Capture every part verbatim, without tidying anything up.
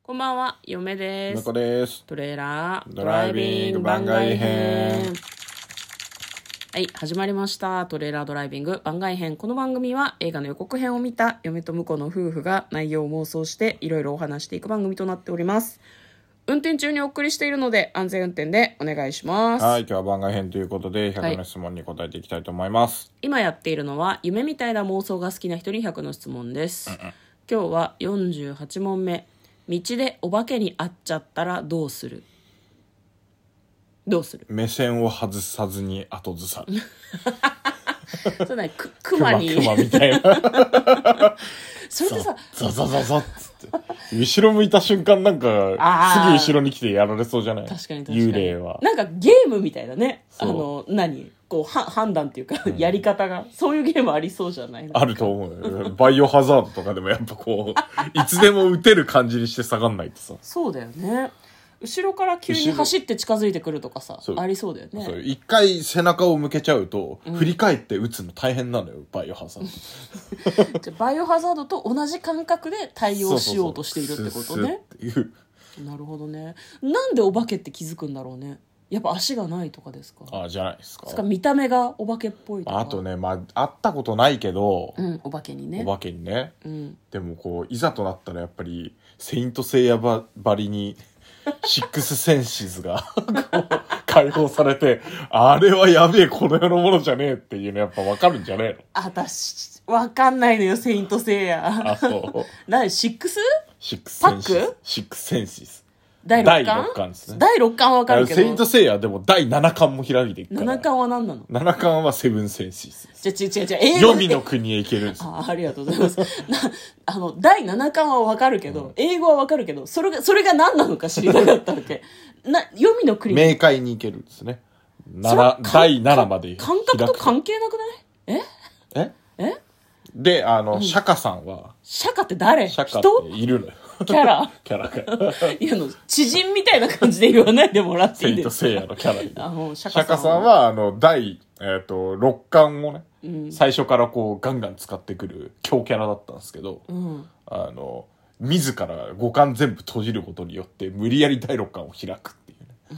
こんばんは、嫁です。 向こです。 トレーラードライビング番外編。 はい、始まりました。トレーラードライビング番外編。この番組は映画の予告編を見た嫁と婿の夫婦が内容を妄想していろいろお話していく番組となっております。運転中にお送りしているので安全運転でお願いします。 はい、今日は番外編ということでひゃくの質問に答えていきたいと思います。 はい、今やっているのは夢みたいな妄想が好きな人にひゃくの質問です。うんうん、今日はよんじゅうはち問目。道でお化けに会っちゃったらどうする？どうする？ 目線を外さずに後ずさる。 そうだね、く熊に熊みたいな。 それってさ、 ザザザザッつって後ろ向いた瞬間なんかすぐ後ろに来てやられそうじゃない？ 確かに確かに。 幽霊はなんかゲームみたいだね。あの何こうは判断っていうか、うん、やり方がそういうゲームありそうじゃない？ あると思うよ。バイオハザードとかでもやっぱこういつでも撃てる感じにして下がんないとさ。 そうだよね。後ろから急に走って近づいてくるとかさ、ありそうだよね。 そう一回背中を向けちゃうと、うん、振り返って撃つの大変なのよ、バイオハザード。 じゃバイオハザードと同じ感覚で対応しようとしているってことね。 そうそうそうなるほどね。なんでお化けって気づくんだろうね。やっぱ足がないとかですか？ あ、じゃないですか。 ですか見た目がお化けっぽいとか。 あとね、まあ、会ったことないけど、 うん、お化けにね。 お化けにね。 うん、 でもこう、いざとなったらやっぱり、セイントセイヤばばりに、シックスセンシズが解放されて、あれはやべえ、この世のものじゃねえっていうのやっぱ分かるんじゃねえの？ あたし、分かんないのよ、セイントセイヤ。 あ、そう。 何、シックス？ シックスセンシズ。 パック？ シックスセンシズ。 だいろっかん？だいろっかんですね。だいろっかんは分かるけど。 セイントセイヤでもだいななかんも開いていくから。 ななかんは何なの？ ななかんはセブンセンシズ。 じゃ、違う違う違う。英語黄泉の国へ行けるんです。 あ、ありがとうございます。な、あの、だいななかんは分かるけど、うん、英語は分かるけど、それが、それが何なのか知りたかったわけ。な、黄泉の国。 冥界に行けるんですね。だいななまで。 感覚と関係なくない？ えええで、あの、うん、釈迦さんは。 釈迦って誰？ 釈迦っているのよ。 キャラキャラが。 いや、の、知人みたいな感じで言わないでもらっていいですか？ セイントセイヤのキャラに。 あの、 釈迦さんは、あの、第、えっと、ろっかんをね、うん、最初からこう、ガンガン使ってくる強キャラだったんですけど、うん、あの、自らごかん全部閉じることによって、無理やりだいろっかんを開くっていうね、うん、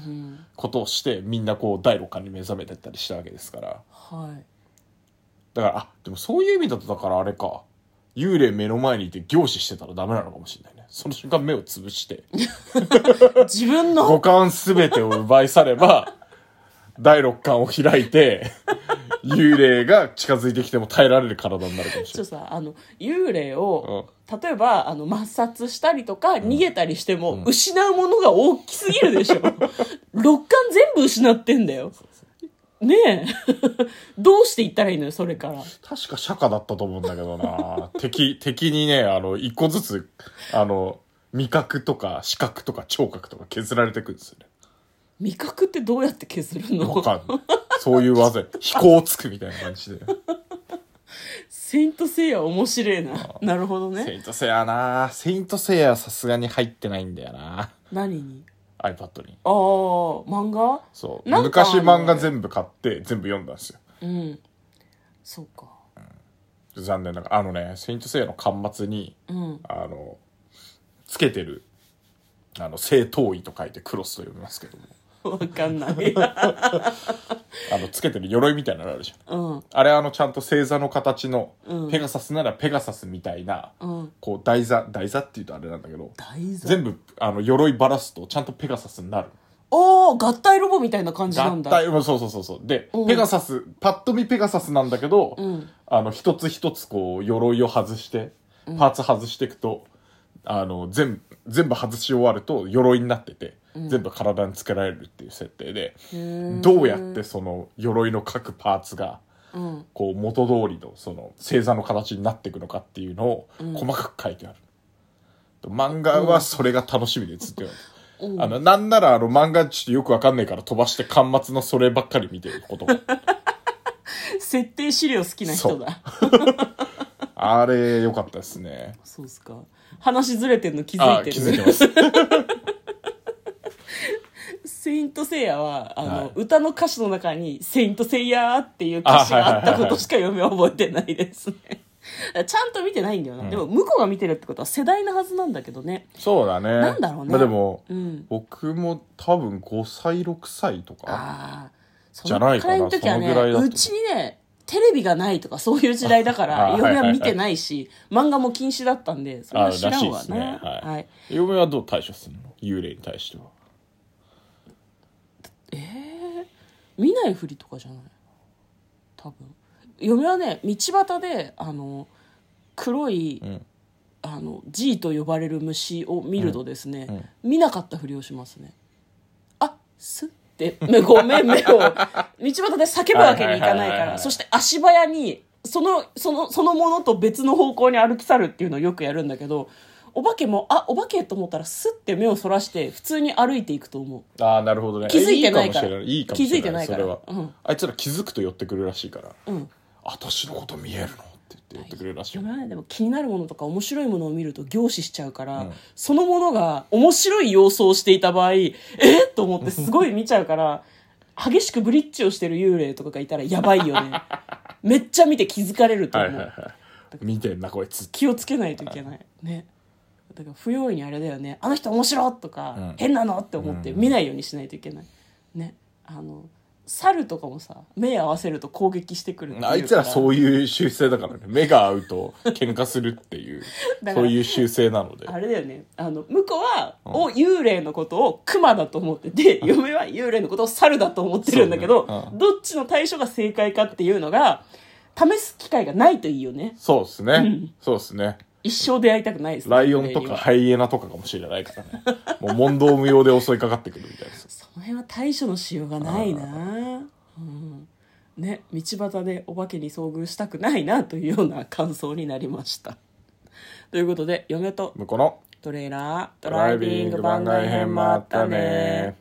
ことをして、みんなこう、だいろっかんに目覚めてったりしたわけですから。 はい。 だから、あ、でもそういう意味だと、だからあれか、幽霊目の前にいて凝視してたらダメなのかもしれないね。その瞬間目をつぶして自分の五感すべてを奪い去ればだいろっかんを開いて幽霊が近づいてきても耐えられる体になるかもしれない。 ちょっとさ、あの幽霊を、うん、例えばあの抹殺したりとか、うん、逃げたりしても、うん、失うものが大きすぎるでしょ。ろっかん全部失ってんだよ。ねえどうしていったらいいのよ、それから。 確か釈迦だったと思うんだけどな。敵敵にね、あの一個ずつあの味覚とか視覚とか聴覚とか削られてくんですよね。 味覚ってどうやって削るの？ わかんない。そういう技、飛行つくみたいな感じで。 セイントセイヤ面白いな。なるほどね。 セイントセイヤな。セイントセイヤはさすがに入ってないんだよな。 何に ？iPad に。 ああ、漫画？ そう。昔漫画全部買って全部読んだんですよ。 うん。そうか。 うん、残念ながら、あのね、セイントセイヤの巻末に、うん、あの、つけてる、あの、正当位と書いてクロスと読みますけども。 わかんない。 あの、つけてる鎧みたいなのあるじゃん。うん、あれあの、ちゃんと星座の形の、うん、ペガサスならペガサスみたいな、うん、こう、台座、台座って言うとあれなんだけど、全部、あの、鎧ばらすとちゃんとペガサスになる。 おー、合体ロボみたいな感じなんだ。 合体、そうそうそうそう。で、うん、ペガサス、パッと見ペガサスなんだけど、うん、あの、一つ一つこう、鎧を外して、パーツ外していくと、うん、あの、全部、全部外し終わると鎧になってて、うん、全部体につけられるっていう設定で、どうやってその鎧の各パーツが、うん、こう元通りのその星座の形になっていくのかっていうのを細かく書いてある。うん、漫画はそれが楽しみでずっと読んで、うん、あの、なんならあの漫画ちょっとよくわかんないから飛ばして巻末のそればっかり見てることが。 設定資料好きな人だ。 あれ良かったですね。 そうっすか。話ずれてんの気づいてる。 気づいてます。 セイントセイヤはあの、はい、歌の歌詞の中にセイントセイヤーっていう歌詞があったことしか読み覚えてないですね。 ちゃんと見てないんだよな、 うんでも向こうが見てるってことは世代のはずなんだけどね。 そうだね。 なんだろうねまあでも、 うん僕も多分ごさいろくさいとかああそじゃないかな。 のくらいの時はねそのぐらいだとうちにねテレビがないとかそういう時代だかあらあ嫁は見てないし、漫画も禁止だったんでそれは知らんわあらしいですねな、 はいはい、 嫁はどう対処するの、幽霊に対しては。 見ないふりとかじゃない多分。嫁はね道端であの黒い、 うんあの G と呼ばれる虫を見るとですね、 うんうん見なかったふりをしますね。あすってめごめん目を道端で叫ぶわけにいかないかはいはいはいはいはいら、そして足早にそのそのそのものと別の方向に歩き去るっていうのをよくやるんだけど、お化けもあお化けと思ったらスッて目をそらして普通に歩いていくと思う。 ああなるほどね。 気づいてないからいいかもしれない。いいかもしれない。 気づいてないからそれは、 うんあいつら気づくと寄ってくるらしいから、 うん私のこと見えるのって言って寄ってくれるらしい。 嫁はねでも気になるものとか面白いものを見ると凝視しちゃうから、 うんそのものが面白い様相をしていた場合えっと思ってすごい見ちゃうから激しくブリッジをしてる幽霊とかがいたらやばいよねめっちゃ見て気づかれると思う、 はいはいはい。見てんなこいつ。 気をつけないといけないね。だから不用意にあれだよね、あの人面白いとか、 うん変なのって思って見ないようにしないといけないね。あの猿とかもさ目合わせると攻撃してくるっていうからあいつらそういう習性だからね。目が合うと喧嘩するっていうだからそういう習性なので。 あれだよね、あの向こうは、お幽霊のことをクマだと思ってて、嫁は幽霊のことを猿だと思ってるんだけど、 そうねうんどっちの対処が正解かっていうのが試す機会がないといいよね。 そうですね。そうですね。 一生出会いたくないですね。 ライオンと幽霊にはかハイエナとかかもしれないからね。もう問答無用で襲いかかってくるみたいです。 その辺は対処のしようがないな、うんね、道端でお化けに遭遇したくないなというような感想になりました。ということで嫁と向こうのトレーラードドライビング番外編もあったね。